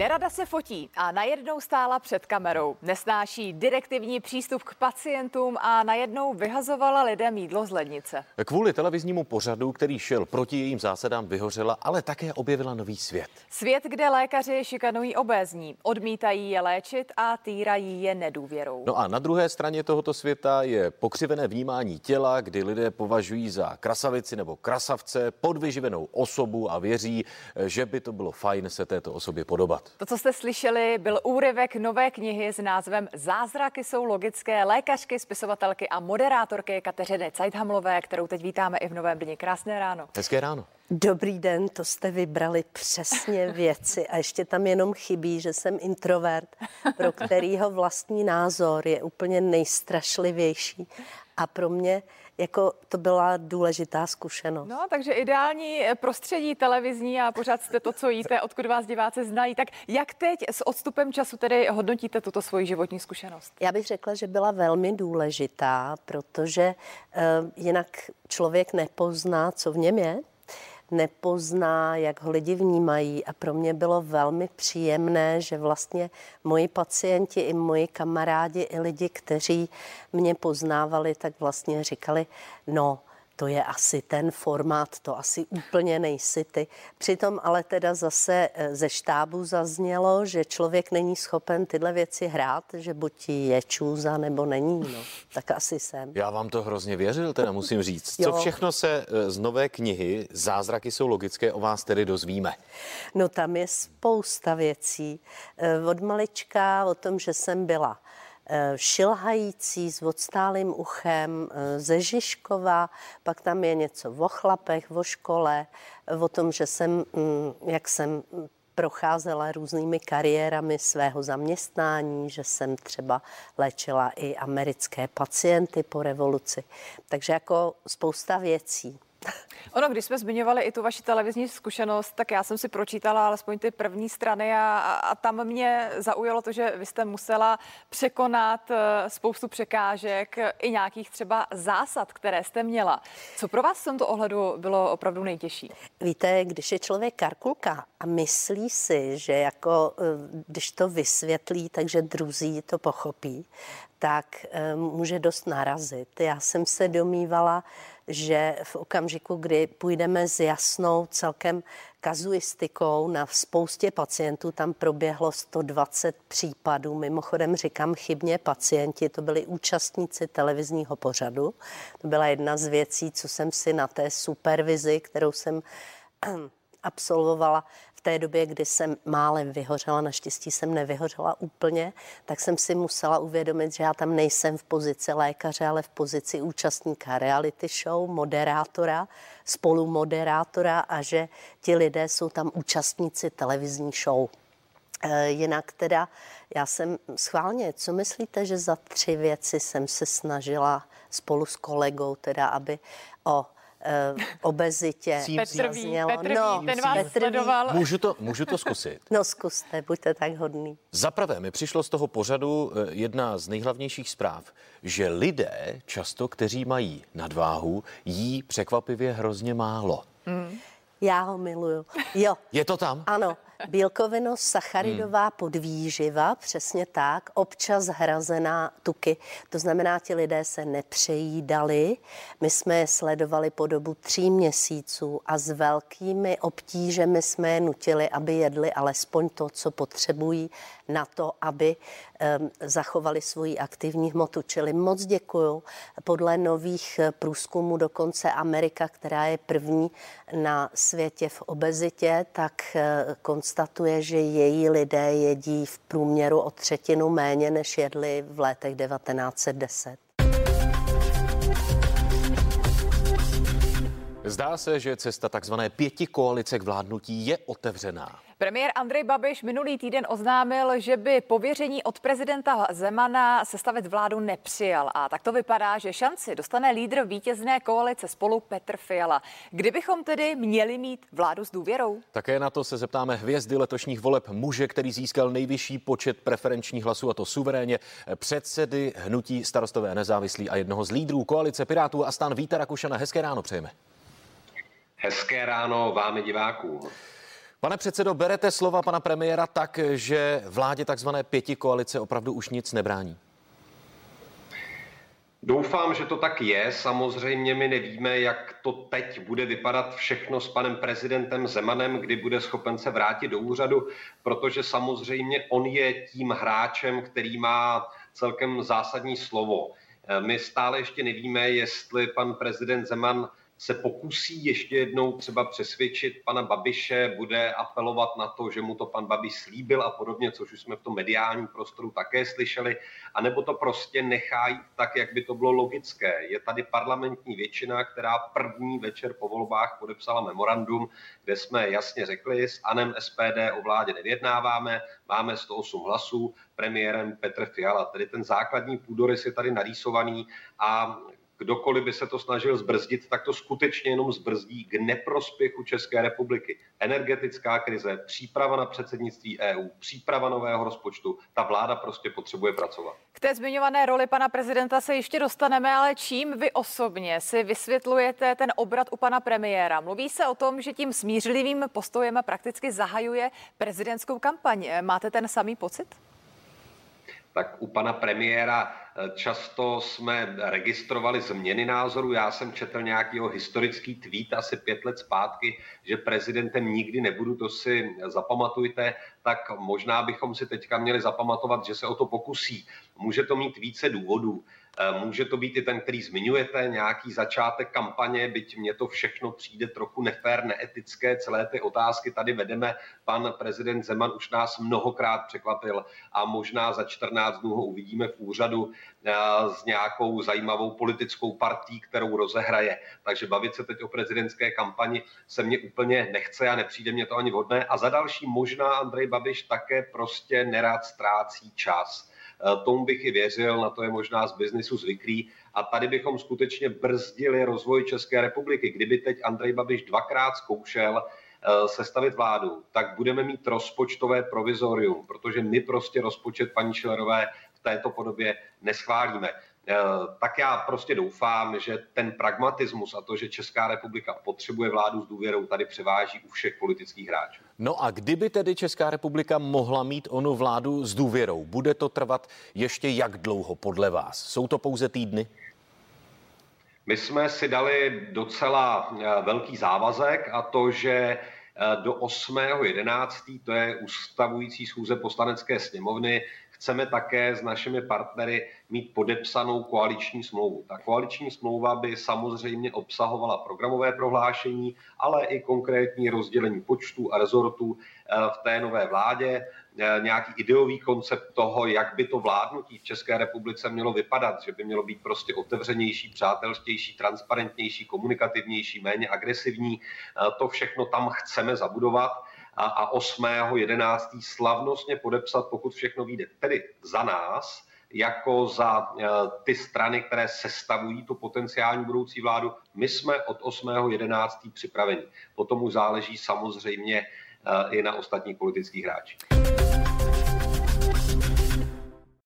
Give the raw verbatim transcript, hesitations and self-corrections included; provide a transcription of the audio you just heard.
Nerada se fotí a najednou stála před kamerou. Nesnáší direktivní přístup k pacientům a najednou vyhazovala lidem jídlo z lednice. Kvůli televiznímu pořadu, který šel proti jejím zásadám, vyhořela, ale také objevila nový svět. Svět, kde lékaři šikanují obézní, odmítají je léčit a týrají je nedůvěrou. No a na druhé straně tohoto světa je pokřivené vnímání těla, kdy lidé považují za krasavici nebo krasavce podvyživenou osobu a věří, že by to bylo fajn se této osobě podobat. To, co jste slyšeli, byl úryvek nové knihy s názvem Zázraky jsou logické lékařky, spisovatelky a moderátorky Kateřiny Cajthamlové, kterou teď vítáme i v Novém dni. Krásné ráno. Hezké ráno. Dobrý den, to jste vybrali přesně věci a ještě tam jenom chybí, že jsem introvert, pro kterýho vlastní názor je úplně nejstrašlivější a pro mě jako to byla důležitá zkušenost. No, takže ideální prostředí televizní a pořád jste to, co jíte, odkud vás diváci znají. Tak jak teď s odstupem času tedy hodnotíte tuto svoji životní zkušenost? Já bych řekla, že byla velmi důležitá, protože uh, jinak člověk nepozná, co v něm je, nepozná, jak ho lidi vnímají a pro mě bylo velmi příjemné, že vlastně moji pacienti i moji kamarádi i lidi, kteří mě poznávali, tak vlastně říkali, no, to je asi ten formát, to asi úplně nejsi ty. Přitom ale teda zase ze štábu zaznělo, že člověk není schopen tyhle věci hrát, že buď je čůza nebo není, no. Tak asi jsem. Já vám to hrozně věřil, teda musím říct. Co všechno se z nové knihy Zázraky jsou logické o vás tedy dozvíme? No tam je spousta věcí. Od malička o tom, že jsem byla šilhající s odstálým uchem ze Žižkova, pak tam je něco o chlapech, o škole, o tom, že jsem, jak jsem procházela různými kariérami svého zaměstnání, že jsem třeba léčila i americké pacienty po revoluci. Takže jako spousta věcí. Ono, když jsme zmiňovali i tu vaši televizní zkušenost, tak já jsem si pročítala alespoň ty první strany a, a tam mě zaujalo to, že vy jste musela překonat spoustu překážek i nějakých třeba zásad, které jste měla. Co pro vás v tomto ohledu bylo opravdu nejtěžší? Víte, když je člověk karkulka a myslí si, že jako když to vysvětlí, takže druzí to pochopí, tak může dost narazit. Já jsem se domývala, že v okamžiku, kdy půjdeme s jasnou celkem kazuistikou na spoustě pacientů, tam proběhlo sto dvacet případů, mimochodem říkám chybně pacienti, to byli účastníci televizního pořadu. To byla jedna z věcí, co jsem si na té supervizi, kterou jsem absolvovala v té době, kdy jsem málem vyhořela, naštěstí jsem nevyhořela úplně, tak jsem si musela uvědomit, že já tam nejsem v pozici lékaře, ale v pozici účastníka reality show, moderátora, spolumoderátora a že ti lidé jsou tam účastníci televizní show. E, jinak teda já jsem schválně, co myslíte, že za tři věci jsem se snažila spolu s kolegou, teda, aby o Uh, obezitě. Petr ví, Petr ví, no, ten vás Petr sledoval. Můžu to, můžu to zkusit? No zkuste, buďte tak hodný. Za prvé mi přišlo z toho pořadu jedna z nejhlavnějších zpráv, že lidé často, kteří mají nadváhu, jí překvapivě hrozně málo. Mm. Já ho miluju. Jo. Je to tam? Ano. Bílkovino-sacharidová hmm. podvýživa, přesně tak, občas hrazená tuky. To znamená, ti lidé se nepřejídali. My jsme je sledovali po dobu tří měsíců a s velkými obtížemi jsme je nutili, aby jedli alespoň to, co potřebují na to, aby um, zachovali svoji aktivní hmotu. Čili moc děkuju. Podle nových průzkumů dokonce Amerika, která je první na světě v obezitě, tak uh, konstatuje, že její lidé jedí v průměru o třetinu méně, než jedli v letech devatenáct set deset. Zdá se, že cesta takzvané pěti koalice k vládnutí je otevřená. Premiér Andrej Babiš minulý týden oznámil, že by pověření od prezidenta Zemana sestavit vládu nepřijal. A tak to vypadá, že šanci dostane lídr vítězné koalice Spolu Petr Fiala. Kdybychom tedy měli mít vládu s důvěrou? Také na to se zeptáme hvězdy letošních voleb, muže, který získal nejvyšší počet preferenčních hlasů, a to suverénně, předsedy hnutí Starostové a nezávislí a jednoho z lídrů koalice Pirátů a STAN Víta Rakušana. Hezké ráno přejeme. Hezké ráno vám i divákům. Pane předsedo, berete slova pana premiéra tak, že vládě takzvané pětikoalice opravdu už nic nebrání? Doufám, že to tak je. Samozřejmě my nevíme, jak to teď bude vypadat všechno s panem prezidentem Zemanem, kdy bude schopen se vrátit do úřadu, protože samozřejmě on je tím hráčem, který má celkem zásadní slovo. My stále ještě nevíme, jestli pan prezident Zeman se pokusí ještě jednou třeba přesvědčit pana Babiše, bude apelovat na to, že mu to pan Babiš slíbil a podobně, což už jsme v tom mediálním prostoru také slyšeli, anebo to prostě nechá jít tak, jak by to bylo logické. Je tady parlamentní většina, která první večer po volbách podepsala memorandum, kde jsme jasně řekli, s ANem S P D o vládě nevyjednáváme, máme sto osm hlasů, premiérem Petr Fiala. Tedy ten základní půdorys je tady narýsovaný a kdokoliv by se to snažil zbrzdit, tak to skutečně jenom zbrzdí k neprospěchu České republiky. Energetická krize, příprava na předsednictví E U, příprava nového rozpočtu, ta vláda prostě potřebuje pracovat. K té zmiňované roli pana prezidenta se ještě dostaneme, ale čím vy osobně si vysvětlujete ten obrat u pana premiéra? Mluví se o tom, že tím smířlivým postojem prakticky zahajuje prezidentskou kampaň. Máte ten samý pocit? Tak u pana premiéra často jsme registrovali změny názoru. Já jsem četl nějakýho historický tweet asi pět let zpátky, že prezidentem nikdy nebudu, to si zapamatujte, tak možná bychom si teďka měli zapamatovat, že se o to pokusí. Může to mít více důvodů. Může to být i ten, který zmiňujete, nějaký začátek kampaně, byť mně to všechno přijde trochu nefér, neetické, celé ty otázky tady vedeme. Pan prezident Zeman už nás mnohokrát překvapil a možná za čtrnáct dnů ho uvidíme v úřadu s nějakou zajímavou politickou partí, kterou rozehraje. Takže bavit se teď o prezidentské kampani se mně úplně nechce a nepřijde mně to ani vhodné. A za další možná Andrej Babiš také prostě nerad ztrácí čas. Tomu bych i věřil, na to je možná z biznisu zvyklý. A tady bychom skutečně brzdili rozvoj České republiky. Kdyby teď Andrej Babiš dvakrát zkoušel sestavit vládu, tak budeme mít rozpočtové provizorium, protože my prostě rozpočet paní Schillerové v této podobě neschválíme. Tak já prostě doufám, že ten pragmatismus a to, že Česká republika potřebuje vládu s důvěrou, tady převáží u všech politických hráčů. No a kdyby tedy Česká republika mohla mít onu vládu s důvěrou, bude to trvat ještě jak dlouho podle vás? Jsou to pouze týdny? My jsme si dali docela velký závazek a to, že do osmého jedenáctého, to je ustavující schůze Poslanecké sněmovny, chceme také s našimi partnery mít podepsanou koaliční smlouvu. Ta koaliční smlouva by samozřejmě obsahovala programové prohlášení, ale i konkrétní rozdělení počtů a rezortů v té nové vládě, nějaký ideový koncept toho, jak by to vládnutí v České republice mělo vypadat, že by mělo být prostě otevřenější, přátelštější, transparentnější, komunikativnější, méně agresivní. To všechno tam chceme zabudovat a osmého jedenáctého slavnostně podepsat, pokud všechno vyjde. Tedy za nás, jako za ty strany, které sestavují tu potenciální budoucí vládu, my jsme od osmého jedenáctého připraveni. Potom už záleží samozřejmě i na ostatních politických hráčích.